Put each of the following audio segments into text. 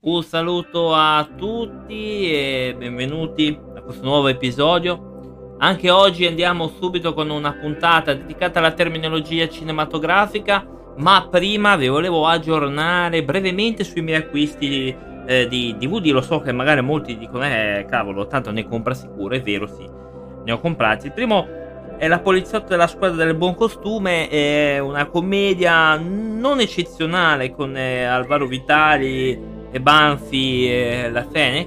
Un saluto a tutti e benvenuti a questo nuovo episodio. Anche oggi andiamo subito con una puntata dedicata alla terminologia cinematografica, ma prima vi volevo aggiornare brevemente sui miei acquisti di DVD. Lo so che magari molti dicono cavolo, tanto ne compra sicuro. È vero, sì, ne ho comprati. Il primo è La poliziotta della squadra del buon costume, è una commedia non eccezionale con Alvaro Vitali e Banfi e la Fene.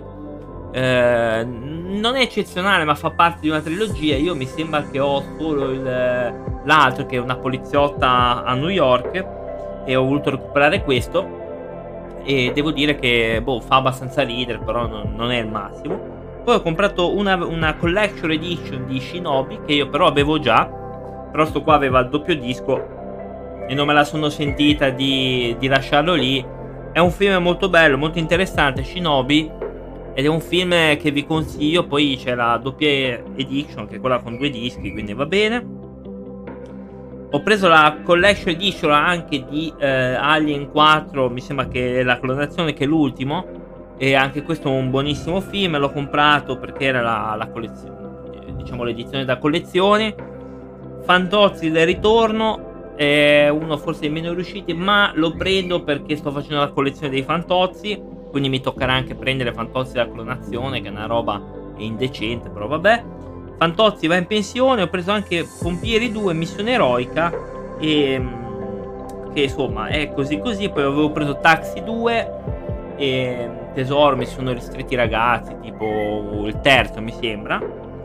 Non è eccezionale, ma fa parte di una trilogia. Io mi sembra che ho solo l'altro, che è una poliziotta a New York, e ho voluto recuperare questo. E devo dire che fa abbastanza ridere, però non è il massimo. Poi ho comprato una collection edition di Shinobi, che io però avevo già, però sto qua aveva il doppio disco e non me la sono sentita di lasciarlo lì. È un film molto bello, molto interessante, Shinobi, ed è un film che vi consiglio. Poi c'è la doppia edition, che è quella con 2 dischi, quindi va bene. Ho preso la collection edition anche di Alien 4, mi sembra che è la clonazione, che è l'ultimo, e anche questo è un buonissimo film. L'ho comprato perché era la collezione, diciamo l'edizione da collezione. Fantozzi del ritorno è uno forse dei meno riusciti, ma lo prendo perché sto facendo la collezione dei Fantozzi, quindi mi toccherà anche prendere Fantozzi da clonazione, che è una roba indecente, però vabbè. Fantozzi va in pensione. Ho preso anche Pompieri 2 Missione Eroica, che insomma è così così. Poi avevo preso Taxi 2 e Tesoro, mi sono ristretti i ragazzi, tipo il terzo mi sembra,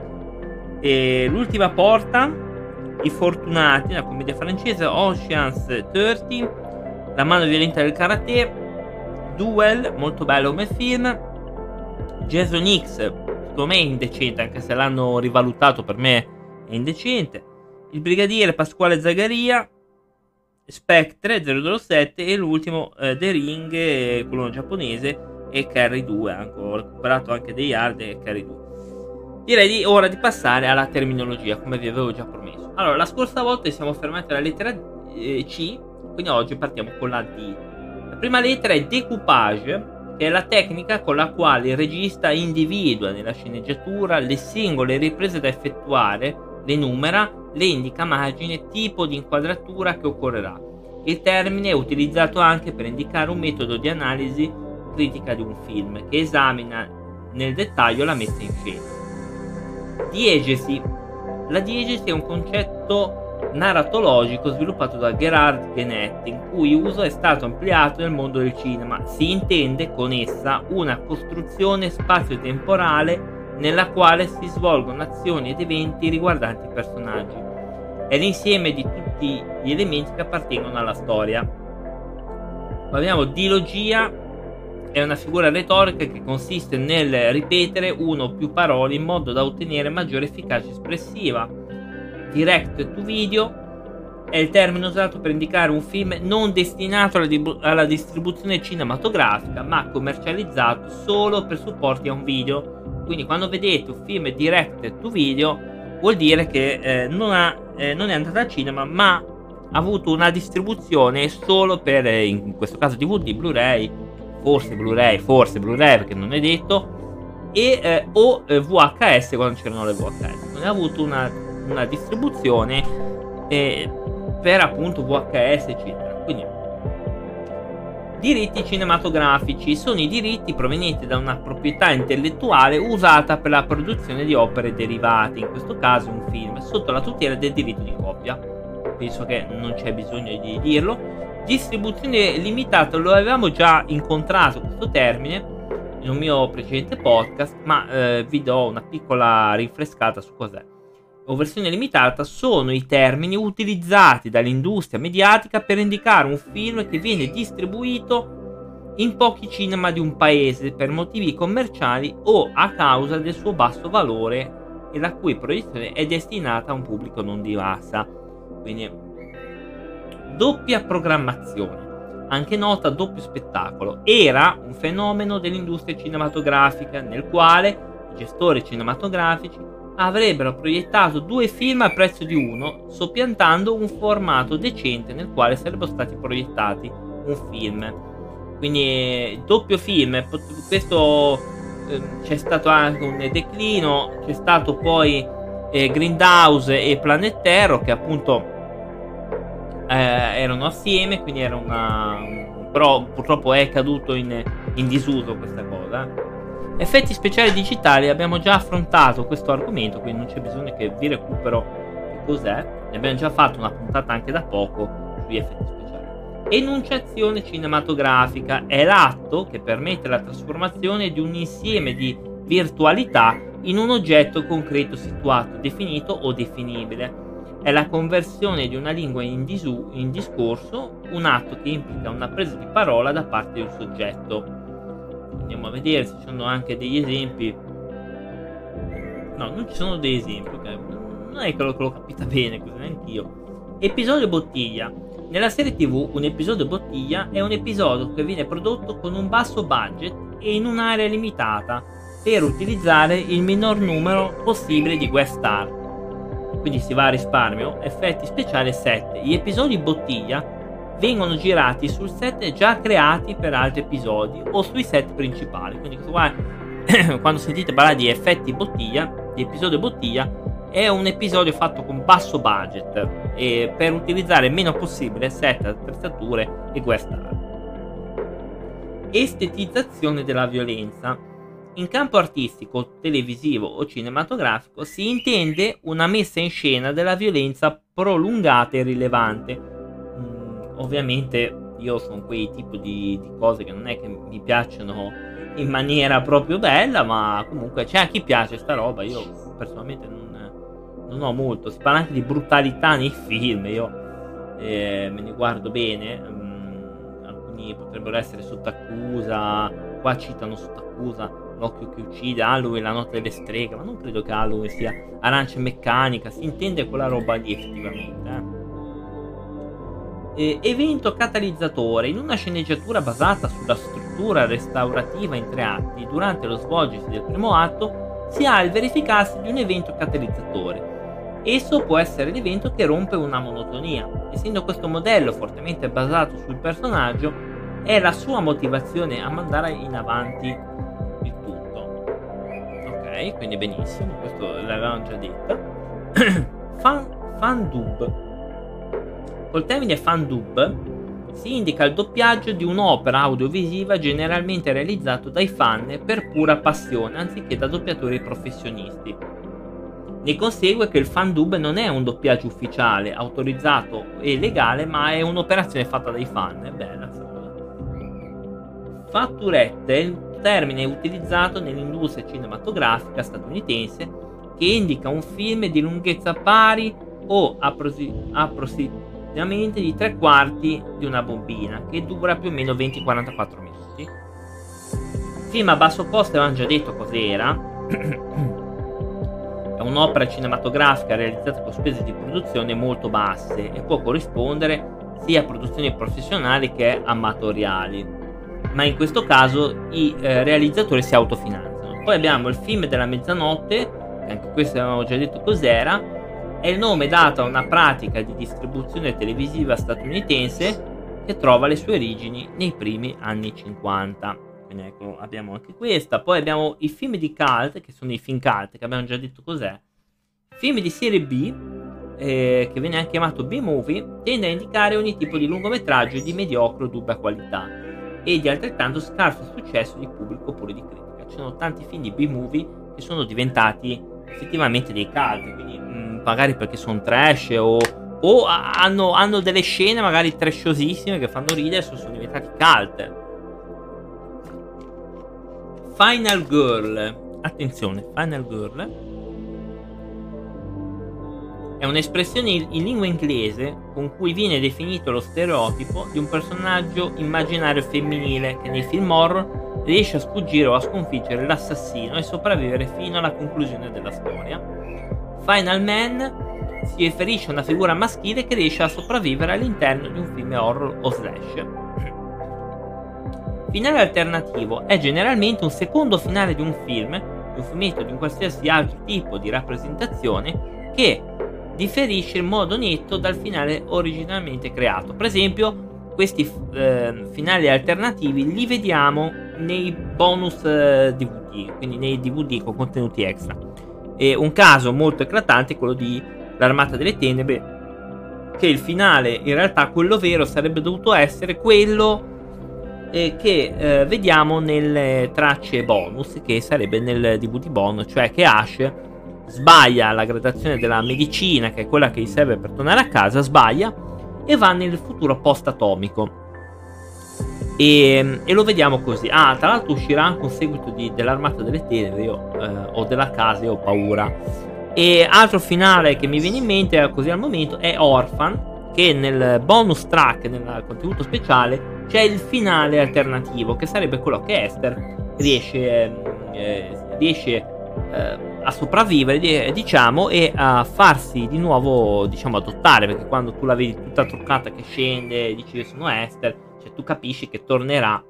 e L'ultima porta, I Fortunati, una commedia francese, Ocean's 30, La mano violenta del karate, Duel, molto bello come film, Jason X, secondo me è indecente, anche se l'hanno rivalutato, per me è indecente, Il brigadiere Pasquale Zagaria, Spectre 007 e l'ultimo The Ring, quello giapponese, e Carrie 2. Ho recuperato anche dei Hard e Carrie 2. Direi ora di passare alla terminologia, come vi avevo già promesso. Allora, la scorsa volta ci siamo fermati alla lettera C, quindi oggi partiamo con la D. La prima lettera è decoupage, che è la tecnica con la quale il regista individua nella sceneggiatura le singole riprese da effettuare, le numera, le indica margine, tipo di inquadratura che occorrerà. Il termine è utilizzato anche per indicare un metodo di analisi critica di un film, che esamina nel dettaglio la messa in scena. Diegesi. La diegesi è un concetto narratologico sviluppato da Gerhard Genette, in cui uso è stato ampliato nel mondo del cinema. Si intende con essa una costruzione spazio-temporale nella quale si svolgono azioni ed eventi riguardanti i personaggi. È l'insieme di tutti gli elementi che appartengono alla storia. Poi abbiamo dilogia, è una figura retorica che consiste nel ripetere una o più parole in modo da ottenere maggiore efficacia espressiva. Direct to video è il termine usato per indicare un film non destinato alla distribuzione cinematografica, ma commercializzato solo per supporti a un video. Quindi quando vedete un film direct to video vuol dire che non è andato al cinema, ma ha avuto una distribuzione solo per, in questo caso DVD, Blu-ray, forse Blu-ray perché non è detto, e o VHS quando c'erano le VHS. Non ha avuto una distribuzione per appunto VHS eccetera. Quindi diritti cinematografici sono i diritti provenienti da una proprietà intellettuale usata per la produzione di opere derivate, in questo caso un film, sotto la tutela del diritto di copia. Penso che non c'è bisogno di dirlo. Distribuzione limitata, lo avevamo già incontrato questo termine in un mio precedente podcast, ma vi do una piccola rinfrescata su cos'è. O versione limitata sono i termini utilizzati dall'industria mediatica per indicare un film che viene distribuito in pochi cinema di un paese per motivi commerciali o a causa del suo basso valore e la cui proiezione è destinata a un pubblico non di massa. Quindi doppia programmazione, anche nota doppio spettacolo, era un fenomeno dell'industria cinematografica nel quale i gestori cinematografici avrebbero proiettato 2 film al prezzo di uno, soppiantando un formato decente nel quale sarebbero stati proiettati un film. quindi doppio film. Questo c'è stato anche un declino, c'è stato poi Grindhouse e Planet Terror, che appunto erano assieme, quindi era però purtroppo è caduto in disuso questa cosa. Effetti speciali digitali, abbiamo già affrontato questo argomento, quindi non c'è bisogno che vi recupero che cos'è. Ne abbiamo già fatto una puntata anche da poco sugli effetti speciali. Enunciazione cinematografica è l'atto che permette la trasformazione di un insieme di virtualità in un oggetto concreto situato, definito o definibile. È la conversione di una lingua in discorso, un atto che implica una presa di parola da parte di un soggetto. Andiamo a vedere se ci sono anche degli esempi. No, non ci sono degli esempi, okay? Non è che l'ho capita bene, così neanch'io. Episodio bottiglia. Nella serie TV un episodio bottiglia è un episodio che viene prodotto con un basso budget e in un'area limitata per utilizzare il minor numero possibile di guest star. Quindi si va a risparmio. Effetti speciali set. Gli episodi bottiglia vengono girati sul set già creati per altri episodi o sui set principali. Quindi quando sentite parlare di effetti bottiglia, di episodio bottiglia, è un episodio fatto con basso budget e per utilizzare il meno possibile set, attrezzature e guest star. Estetizzazione della violenza. In campo artistico, televisivo o cinematografico si intende una messa in scena della violenza prolungata e rilevante. Ovviamente io sono quei tipi di cose che non è che mi piacciono in maniera proprio bella, ma comunque c'è a chi piace sta roba. Io personalmente non ho molto. Si parla anche di brutalità nei film, io me ne guardo bene. Alcuni potrebbero essere sotto accusa, qua citano sotto accusa L'occhio che uccide, Halloween, La notte delle streghe, ma non credo che Halloween sia Arancia meccanica, si intende quella roba lì effettivamente. Evento catalizzatore. In una sceneggiatura basata sulla struttura restaurativa in 3 atti, durante lo svolgersi del primo atto si ha il verificarsi di un evento catalizzatore. Esso può essere l'evento che rompe una monotonia. Essendo questo modello fortemente basato sul personaggio, è la sua motivazione a mandare in avanti il tutto. Ok, quindi benissimo, questo l'avevamo già detto. Fan dub. Col termine fan dub si indica il doppiaggio di un'opera audiovisiva generalmente realizzato dai fan per pura passione, anziché da doppiatori professionisti. Ne consegue che il fan dub non è un doppiaggio ufficiale, autorizzato e legale, ma è un'operazione fatta dai fan. È bella questa cosa. Fatturette è il termine utilizzato nell'industria cinematografica statunitense che indica un film di lunghezza pari o approssimativamente di 3/4 di una bobina, che dura più o meno 20-44 minuti. Film a basso costo, avevamo già detto cos'era. È un'opera cinematografica realizzata con spese di produzione molto basse e può corrispondere sia a produzioni professionali che amatoriali, ma in questo caso i realizzatori si autofinanziano. Poi abbiamo il film della mezzanotte, che anche questo avevamo già detto cos'era. È il nome dato a una pratica di distribuzione televisiva statunitense che trova le sue origini nei primi anni 50. Quindi ecco, abbiamo anche questa. Poi abbiamo i film di cult, che sono i film cult, che abbiamo già detto cos'è. Film di serie B, che viene anche chiamato B-movie, tende a indicare ogni tipo di lungometraggio di mediocre o dubbia qualità e di altrettanto scarso successo di pubblico oppure di critica. Ci sono tanti film di B-movie che sono diventati effettivamente dei cult, quindi magari perché sono trash o hanno delle scene magari trashosissime che fanno ridere, sono diventati cult. Final Girl. Attenzione, Final Girl è un'espressione in lingua inglese con cui viene definito lo stereotipo di un personaggio immaginario femminile che nei film horror riesce a sfuggire o a sconfiggere l'assassino e sopravvivere fino alla conclusione della storia. Final Man si riferisce a una figura maschile che riesce a sopravvivere all'interno di un film horror o slash. Finale alternativo è generalmente un secondo finale di un film, di un fumetto, di un qualsiasi altro tipo di rappresentazione che differisce in modo netto dal finale originalmente creato. Per esempio, questi finali alternativi li vediamo nei bonus DVD, quindi nei DVD con contenuti extra. E un caso molto eclatante è quello di L'Armata delle Tenebre, che il finale, in realtà quello vero, sarebbe dovuto essere quello che vediamo nelle tracce bonus, che sarebbe nel DVD bonus, cioè che Ash sbaglia la gradazione della medicina, che è quella che gli serve per tornare a casa, sbaglia e va nel futuro post-atomico. E lo vediamo così. Tra l'altro uscirà anche un seguito dell'Armata delle Tenebre, o della casa, io ho paura. E altro finale che mi viene in mente così al momento è Orphan, che nel bonus track, nel contenuto speciale, c'è il finale alternativo, che sarebbe quello che Esther riesce a sopravvivere, diciamo, e a farsi di nuovo, diciamo, adottare, perché quando tu la vedi tutta truccata che scende e dici io sono Esther, cioè tu capisci che tornerà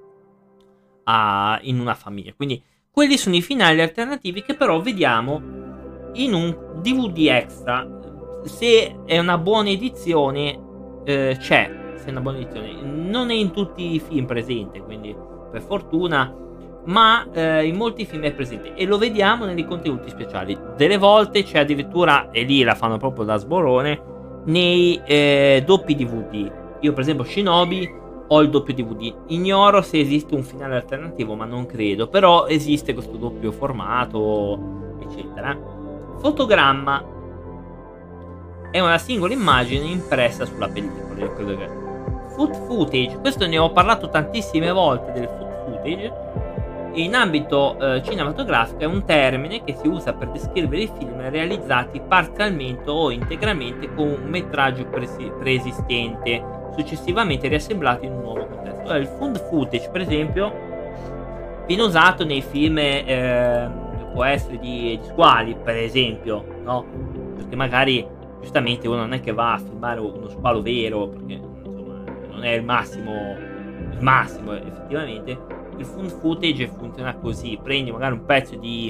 in una famiglia. Quindi quelli sono i finali alternativi che però vediamo in un DVD extra. Se è una buona edizione, c'è. Se è una buona edizione, non è in tutti i film presente, quindi per fortuna, ma in molti film è presente e lo vediamo nei contenuti speciali. Delle volte c'è addirittura, e lì la fanno proprio da sborone, nei doppi DVD. Io per esempio Shinobi ho il doppio DVD. Ignoro se esiste un finale alternativo, ma non credo, però esiste questo doppio formato, eccetera. Fotogramma è una singola immagine impressa sulla pellicola. Io credo che food footage, questo ne ho parlato tantissime volte del food footage. In ambito cinematografico è un termine che si usa per descrivere i film realizzati parzialmente o integralmente con un metraggio preesistente, successivamente riassemblati in un nuovo contesto. Allora, il food footage, per esempio, viene usato nei film, può essere di squali, per esempio, no? Perché magari giustamente uno non è che va a filmare uno squalo vero, perché insomma non è il massimo effettivamente. Il food footage funziona così: prendi magari un pezzo di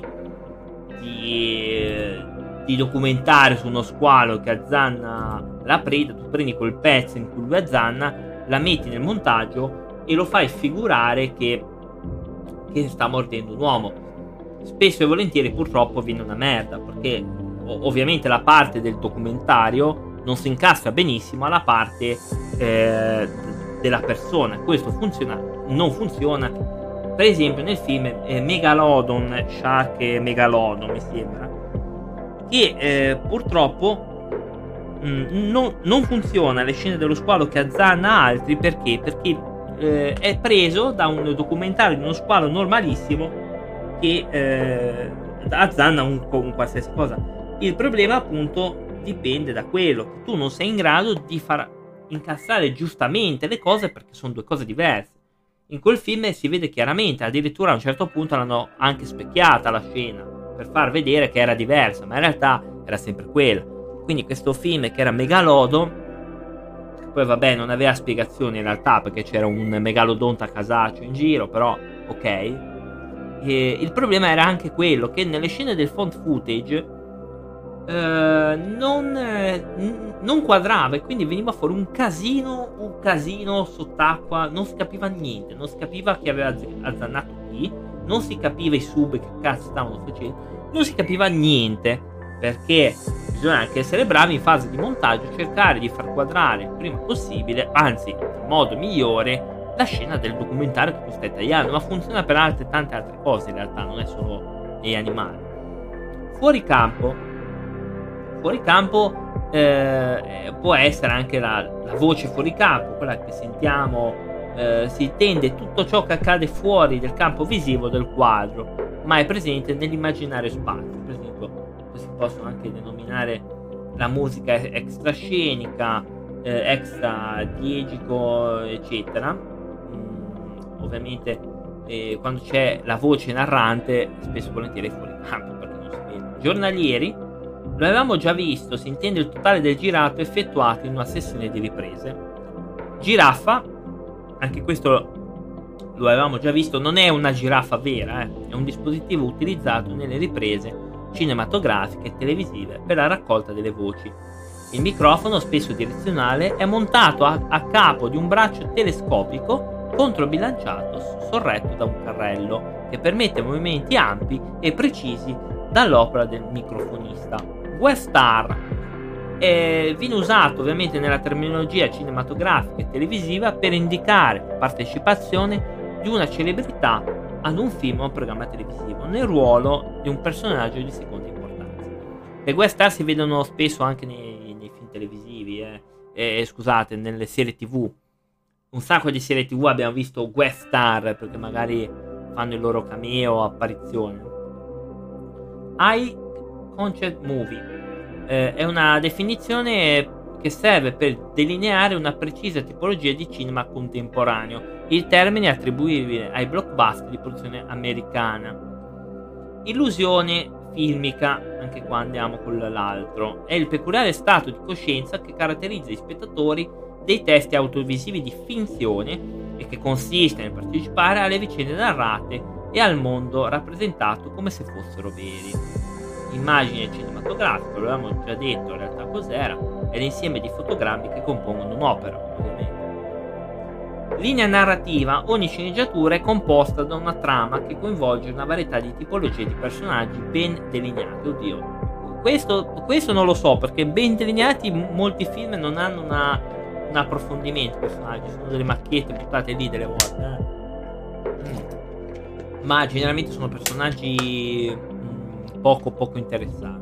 documentario su uno squalo che azzanna la preda, tu prendi quel pezzo in cui lui azzanna, la metti nel montaggio e lo fai figurare che sta mordendo un uomo. Spesso e volentieri purtroppo viene una merda, perché ovviamente la parte del documentario non si incastra benissimo alla parte della persona. Questo non funziona. Per esempio nel film Megalodon, Shark e Megalodon mi sembra, che purtroppo non funziona le scene dello squalo che azzanna altri. Perché è preso da un documentario di uno squalo normalissimo che azzanna un qualsiasi cosa. Il problema appunto dipende da quello che tu non sei in grado di far incassare giustamente le cose, perché sono due cose diverse. In quel film si vede chiaramente, addirittura a un certo punto l'hanno anche specchiata la scena per far vedere che era diversa, ma in realtà era sempre quella. Quindi questo film che era Megalodon, poi vabbè non aveva spiegazione in realtà, perché c'era un megalodonte a casaccio in giro, però ok. E il problema era anche quello che nelle scene del found footage non quadrava, e quindi veniva fuori un casino sott'acqua, non si capiva niente, non si capiva chi aveva azzannato chi, non si capiva i sub che cazzo stavano facendo, non si capiva niente, perché bisogna anche essere bravi in fase di montaggio, cercare di far quadrare il prima possibile, anzi in modo migliore, la scena del documentario che tu stai tagliando. Ma funziona per tante altre cose in realtà, non è solo negli animali. Fuori campo può essere anche la voce fuori campo, quella che sentiamo, si intende tutto ciò che accade fuori del campo visivo del quadro, ma è presente nell'immaginario spazio. Per esempio si possono anche denominare la musica extrascenica, extra diegico, eccetera. Ovviamente quando c'è la voce narrante spesso e volentieri è fuori campo, perché non si vede. Giornalieri lo avevamo già visto, si intende il totale del girato effettuato in una sessione di riprese. Giraffa, anche questo lo avevamo già visto, non è una giraffa vera, è un dispositivo utilizzato nelle riprese cinematografiche e televisive per la raccolta delle voci. Il microfono, spesso direzionale, è montato a capo di un braccio telescopico controbilanciato sorretto da un carrello che permette movimenti ampi e precisi dall'opera del microfonista. Guest star viene usato ovviamente nella terminologia cinematografica e televisiva per indicare partecipazione di una celebrità ad un film o un programma televisivo nel ruolo di un personaggio di seconda importanza. Le guest star si vedono spesso anche nei film televisivi, scusate, nelle serie TV. Un sacco di serie TV abbiamo visto guest star perché magari fanno il loro cameo o apparizione. High Concept Movie è una definizione che serve per delineare una precisa tipologia di cinema contemporaneo. Il termine è attribuibile ai blockbuster di produzione americana. Illusione filmica, anche qua andiamo con l'altro, è il peculiare stato di coscienza che caratterizza gli spettatori dei testi audiovisivi di finzione e che consiste nel partecipare alle vicende narrate e al mondo rappresentato come se fossero veri. Immagine cinematografica, lo avevamo già detto in realtà cos'era, è l'insieme di fotogrammi che compongono un'opera, ovviamente. Linea narrativa: ogni sceneggiatura è composta da una trama che coinvolge una varietà di tipologie di personaggi ben delineati. Oddio, questo non lo so, perché ben delineati molti film non hanno un approfondimento personaggi, sono delle macchiette buttate lì delle volte, ma generalmente sono personaggi poco interessanti.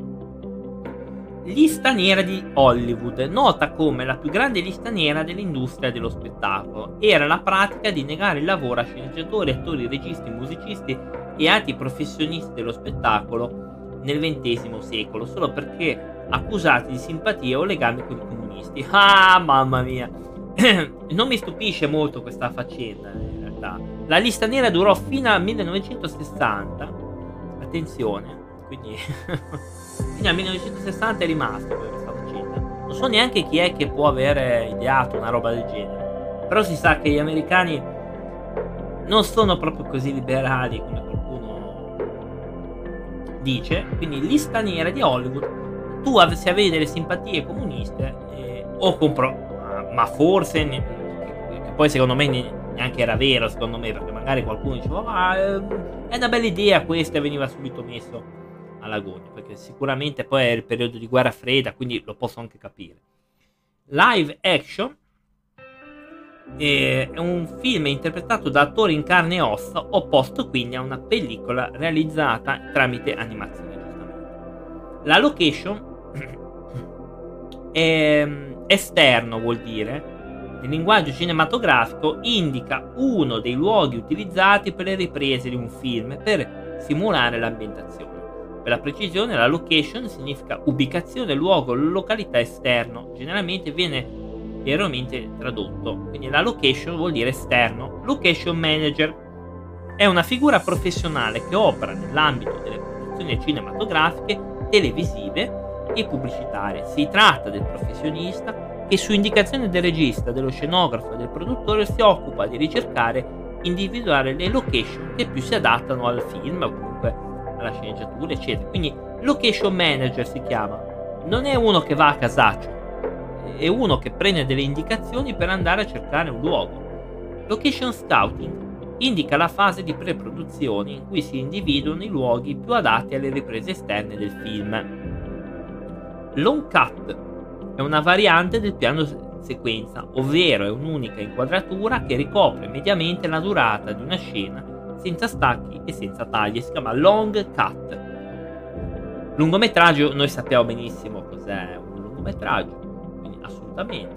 Lista nera di Hollywood, nota come la più grande lista nera dell'industria dello spettacolo. Era la pratica di negare il lavoro a sceneggiatori, attori, registi, musicisti e altri professionisti dello spettacolo nel XX secolo solo perché accusati di simpatia o legami con i comunisti. Ah, mamma mia! Non mi stupisce molto questa faccenda, in realtà. La lista nera durò fino al 1960. Attenzione, quindi fino al 1960 è rimasto questa faccenda. Non so neanche chi è che può avere ideato una roba del genere, però si sa che gli americani non sono proprio così liberali come qualcuno dice. Quindi lista nera di Hollywood, tu se avevi delle simpatie comuniste o ma forse che poi secondo me neanche era vero, secondo me, perché magari qualcuno diceva è una bella idea questa e veniva subito messo all'agonia, perché sicuramente poi è il periodo di guerra fredda, quindi lo posso anche capire. Live action è un film interpretato da attori in carne e ossa, opposto quindi a una pellicola realizzata tramite animazione, giustamente. La location è esterno, vuol dire il linguaggio cinematografico indica uno dei luoghi utilizzati per le riprese di un film per simulare l'ambientazione. Per la precisione, la location significa ubicazione, luogo, località esterno. Generalmente viene erroneamente tradotto. Quindi la location vuol dire esterno. Location manager è una figura professionale che opera nell'ambito delle produzioni cinematografiche, televisive e pubblicitarie. Si tratta del professionista che su indicazione del regista, dello scenografo e del produttore si occupa di ricercare, individuare le location che più si adattano al film o comunque alla sceneggiatura, eccetera. Quindi location manager si chiama. Non è uno che va a casaccio, è uno che prende delle indicazioni per andare a cercare un luogo. Location scouting indica la fase di pre-produzione in cui si individuano i luoghi più adatti alle riprese esterne del film. Long cut è una variante del piano sequenza, ovvero è un'unica inquadratura che ricopre mediamente la durata di una scena senza stacchi e senza tagli. Si chiama long cut. Lungometraggio, noi sappiamo benissimo cos'è un lungometraggio, quindi assolutamente.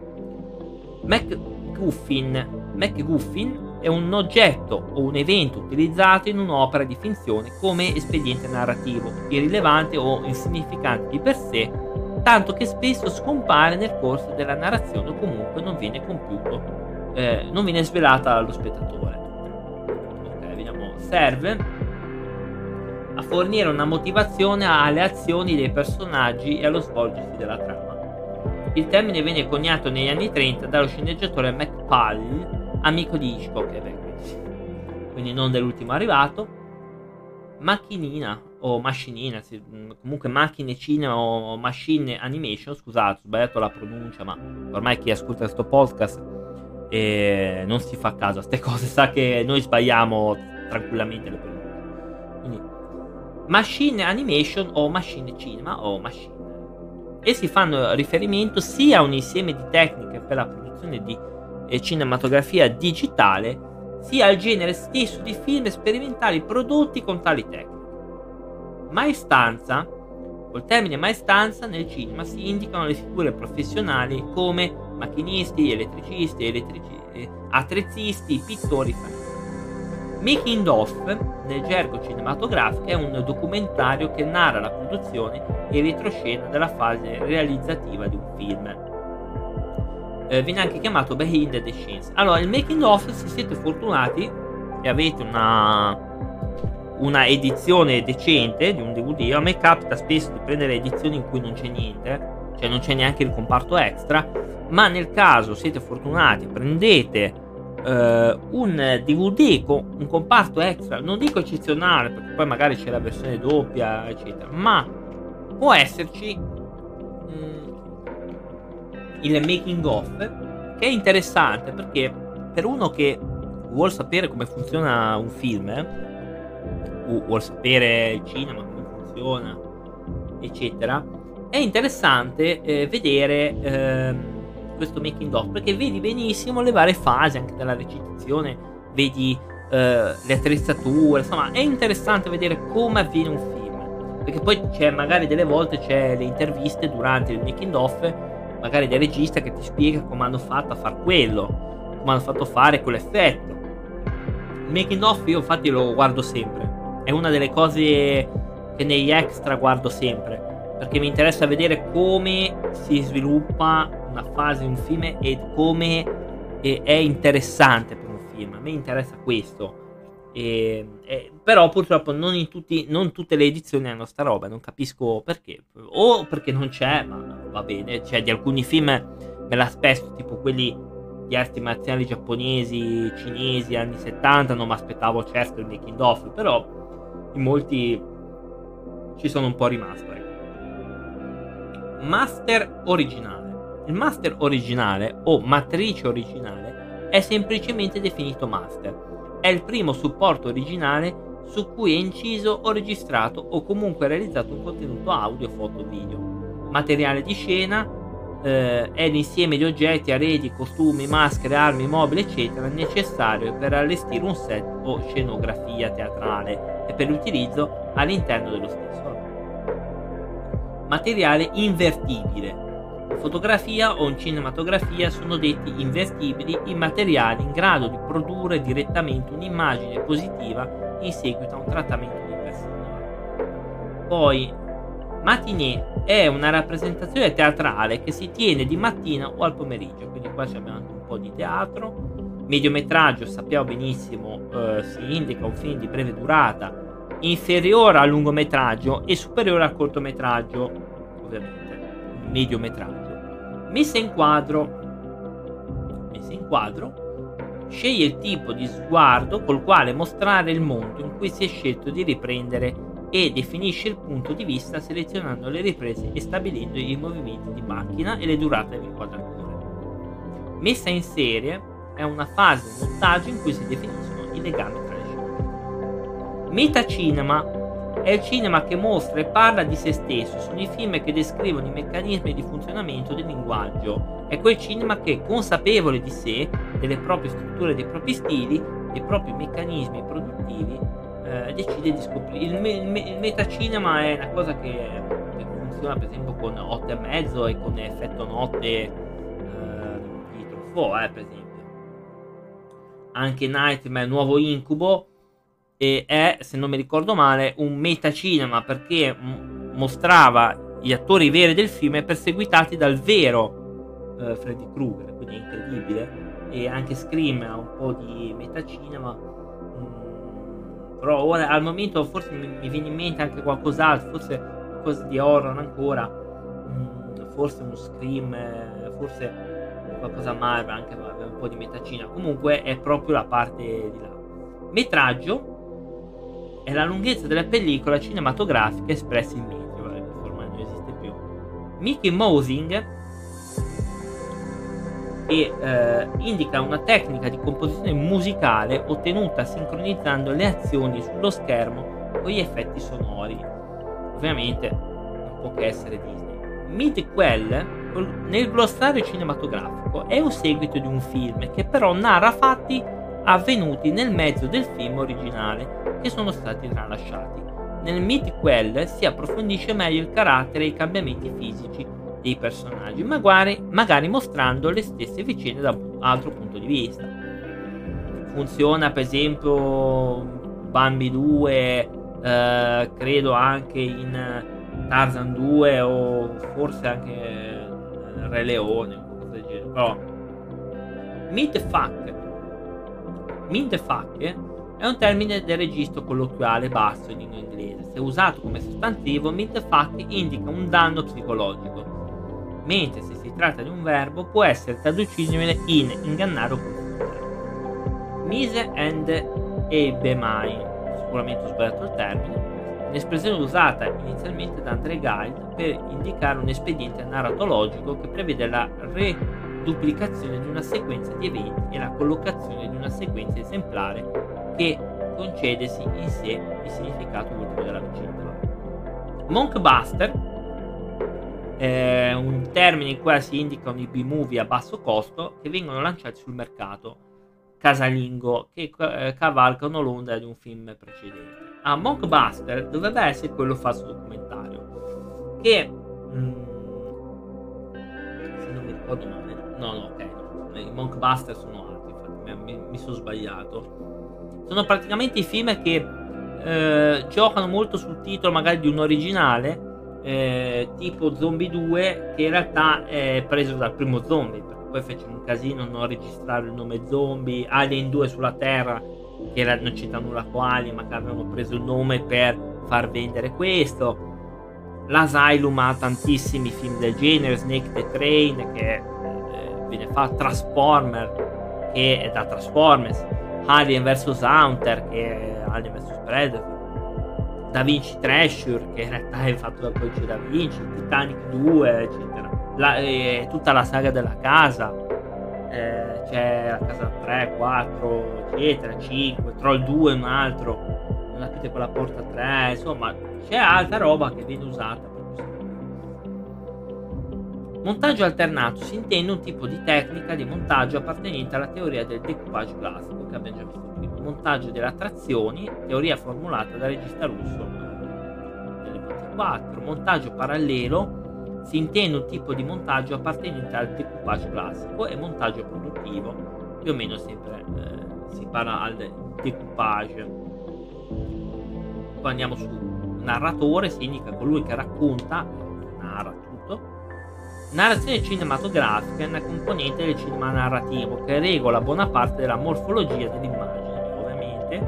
MacGuffin è un oggetto o un evento utilizzato in un'opera di finzione come espediente narrativo, irrilevante o insignificante di per sé, tanto che spesso scompare nel corso della narrazione o comunque non viene compiuto, non viene svelata allo spettatore. Ok, vediamo. Serve a fornire una motivazione alle azioni dei personaggi e allo svolgersi della trama. Il termine venne coniato negli anni 30 dallo sceneggiatore McPaul, amico di Hitchcock, quindi non dell'ultimo arrivato. Macchinina, o macchinina, comunque macchine cinema o machine animation, scusate, ho sbagliato la pronuncia, ma ormai chi ascolta questo podcast non si fa caso a ste cose, sa che noi sbagliamo tranquillamente le pronunce. Quindi machine animation o machine cinema o machine, e si fanno riferimento sia a un insieme di tecniche per la produzione di cinematografia digitale, sia al genere stesso di film sperimentali prodotti con tali tecniche. Maestanza, col termine maestanza nel cinema si indicano le figure professionali come macchinisti, elettricisti, attrezzisti, pittori, fanieri. Making of, nel gergo cinematografico, è un documentario che narra la produzione e retroscena della fase realizzativa di un film. Viene anche chiamato behind the scenes. Allora, il making of, se siete fortunati e avete una edizione decente di un DVD, a me capita spesso di prendere edizioni in cui non c'è niente, cioè non c'è neanche il comparto extra, ma nel caso siete fortunati, prendete un DVD con un comparto extra, non dico eccezionale perché poi magari c'è la versione doppia eccetera, ma può esserci il making of, che è interessante perché per uno che vuol sapere come funziona un film, vuol sapere il cinema come funziona eccetera, è interessante vedere questo making of, perché vedi benissimo le varie fasi anche della recitazione, vedi le attrezzature, insomma è interessante vedere come avviene un film, perché poi c'è magari delle volte c'è le interviste durante il making of, magari del regista che ti spiega come hanno fatto a far quello, come hanno fatto fare quell'effetto. Il making of io infatti lo guardo sempre, è una delle cose che negli extra guardo sempre, perché mi interessa vedere come si sviluppa una fase di un film e come è interessante per un film. A me interessa questo, però purtroppo non tutte le edizioni hanno sta roba, non capisco perché, o perché non c'è, ma va bene. Cioè di alcuni film me l'aspetto, tipo quelli di arti marziali giapponesi, cinesi, anni 70, non mi aspettavo certo il making of, però in molti ci sono un po' rimasto, ecco. Master originale. Il master originale o matrice originale è semplicemente definito master. È il primo supporto originale su cui è inciso o registrato o comunque realizzato un contenuto audio, foto, video. Materiale di scena è l'insieme di oggetti, arredi, costumi, maschere, armi, mobili, eccetera, necessario per allestire un set o scenografia teatrale e per l'utilizzo all'interno dello stesso. Materiale invertibile. In fotografia o in cinematografia sono detti invertibili i materiali in grado di produrre direttamente un'immagine positiva in seguito a un trattamento di impressione. Poi, matinée è una rappresentazione teatrale che si tiene di mattina o al pomeriggio, quindi qua abbiamo anche un po' di teatro. Mediometraggio, sappiamo benissimo, si indica un film di breve durata inferiore al lungometraggio e superiore al cortometraggio, ovviamente mediometraggio. Messa in quadro, sceglie il tipo di sguardo col quale mostrare il mondo in cui si è scelto di riprendere e definisce il punto di vista selezionando le riprese e stabilendo i movimenti di macchina e le durate dell'inquadratura. Messa in serie è una fase di montaggio in cui si definiscono i legami tra le scene. Metacinema è il cinema che mostra e parla di se stesso, sono i film che descrivono i meccanismi di funzionamento del linguaggio, è quel cinema che, consapevole di sé, delle proprie strutture, dei propri stili, dei propri meccanismi produttivi, decide di scoprire. Il metacinema è una cosa che funziona per esempio con 8 e mezzo e con Effetto Notte di Truffaut, per esempio. Anche Nightmare, Nuovo Incubo, è, se non mi ricordo male, un metacinema perché mostrava gli attori veri del film perseguitati dal vero Freddy Krueger, quindi è incredibile. E anche Scream ha un po' di metacinema, però ora al momento forse mi viene in mente anche qualcos'altro, forse qualcosa di horror ancora, forse uno Scream, forse qualcosa Marvel, anche aveva un po' di metacinema. Comunque è proprio la parte di là. Metraggio è la lunghezza della pellicola cinematografica espressa in metri, vabbè, che ormai non esiste più. Mickey Mousing, che indica una tecnica di composizione musicale ottenuta sincronizzando le azioni sullo schermo con gli effetti sonori. Ovviamente non può che essere Disney. Midquel, nel glossario cinematografico, è un seguito di un film che però narra fatti avvenuti nel mezzo del film originale che sono stati tralasciati. Nel Midquel si approfondisce meglio il carattere e i cambiamenti fisici dei personaggi, magari mostrando le stesse vicende da un altro punto di vista. Funziona per esempio Bambi 2, credo anche in Tarzan 2 o forse anche Re Leone, qualcosa del genere. Però Mindfuck è un termine del registro colloquiale basso in lingua inglese. Se usato come sostantivo, mindfuck indica un danno psicologico, mentre se si tratta di un verbo può essere traducibile in ingannare o confondere. Mise and ebemai, sicuramente ho sbagliato il termine, un'espressione usata inizialmente da Andre Gide per indicare un espediente narratologico che prevede la reduplicazione di una sequenza di eventi e la collocazione di una sequenza esemplare che concedesi in sé il significato ultimo della vicenda. Monkbuster è un termine in cui si indicano i B-movie a basso costo che vengono lanciati sul mercato casalingo, che cavalcano l'onda di un film precedente. Monkbuster dovrebbe essere quello falso documentario che se non mi ricordo male, no, i Monkbuster sono altri, infatti mi sono sbagliato. Sono praticamente i film che giocano molto sul titolo magari di un originale, tipo Zombie 2, che in realtà è preso dal primo Zombie, perché poi fecero un casino non registrare il nome Zombie. Alien 2 sulla Terra, che non c'entra nulla con Alien, ma che avevano preso il nome per far vendere questo. L'Asylum ha tantissimi film del genere, Snake the Train, che viene fatto, Transformer, che è da Transformers, Alien vs Hunter, che è Alien vs Predator, Da Vinci Treasure, che in realtà è fatto dal codice Da Vinci, Titanic 2, eccetera. Tutta la saga della casa, c'è la casa 3, 4, eccetera, 5, Troll 2 un altro, non capite con la porta 3, insomma c'è altra roba che viene usata per questo. Montaggio alternato si intende un tipo di tecnica di montaggio appartenente alla teoria del decoupage classico che abbiamo già visto prima. Montaggio delle attrazioni, teoria formulata dal regista russo del 24. Montaggio parallelo si intende un tipo di montaggio appartenente al decoupage classico e montaggio produttivo, più o meno sempre si parla al decoupage. Poi andiamo su narratore, si indica colui che racconta, narra tutto. Narrazione cinematografica è una componente del cinema narrativo che regola buona parte della morfologia dell'immagine, ovviamente.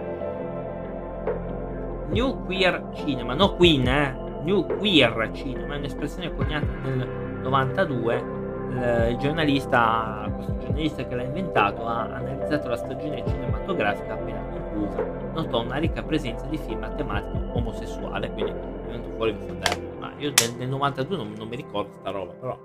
New Queer Cinema, no Queen, New Queer Cinema è un'espressione coniata nel 92. Questo giornalista che l'ha inventato ha analizzato la stagione cinematografica appena conclusa. Notò una ricca presenza di film a tematica omosessuale, quindi è venuto fuori questo termine. Ma io nel 92 non mi ricordo sta roba, però.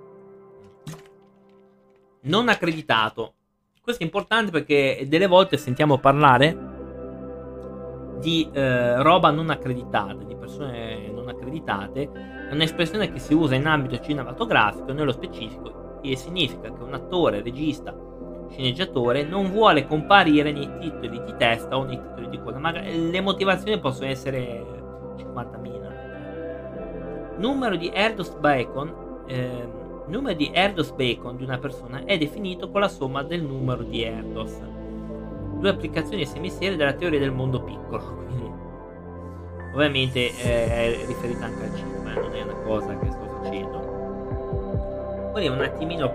Non accreditato. Questo è importante perché delle volte sentiamo parlare di roba non accreditata, di persone non accreditate. È un'espressione che si usa in ambito cinematografico, nello specifico, e significa che un attore, regista, sceneggiatore non vuole comparire nei titoli di testa o nei titoli di coda. Magari le motivazioni possono essere 50.000. Numero di Erdos Bacon di una persona è definito con la somma del numero di Erdos. Due applicazioni semiserie della teoria del mondo piccolo, quindi ovviamente è riferita anche al cinema, non è una cosa che sto facendo. Poi un attimino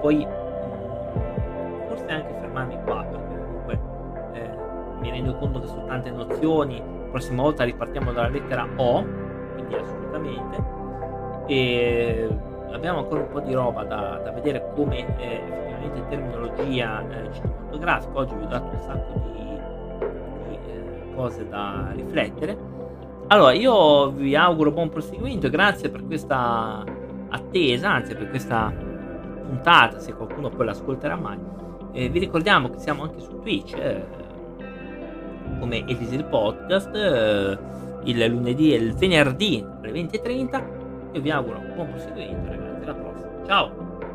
forse anche fermarmi qua, perché comunque mi rendo conto che sono tante nozioni. Prossima volta ripartiamo dalla lettera O, quindi assolutamente, e abbiamo ancora un po' di roba da vedere come effettivamente terminologia cinematografica. Oggi vi ho dato un sacco di cose da riflettere. Allora, io vi auguro buon proseguimento e grazie per questa attesa, anzi per questa puntata, se qualcuno poi l'ascolterà mai. Vi ricordiamo che siamo anche su Twitch, come Elisir Podcast, il lunedì e il venerdì alle 20:30. Io vi auguro buon proseguimento, ragazzi, alla prossima. Ciao!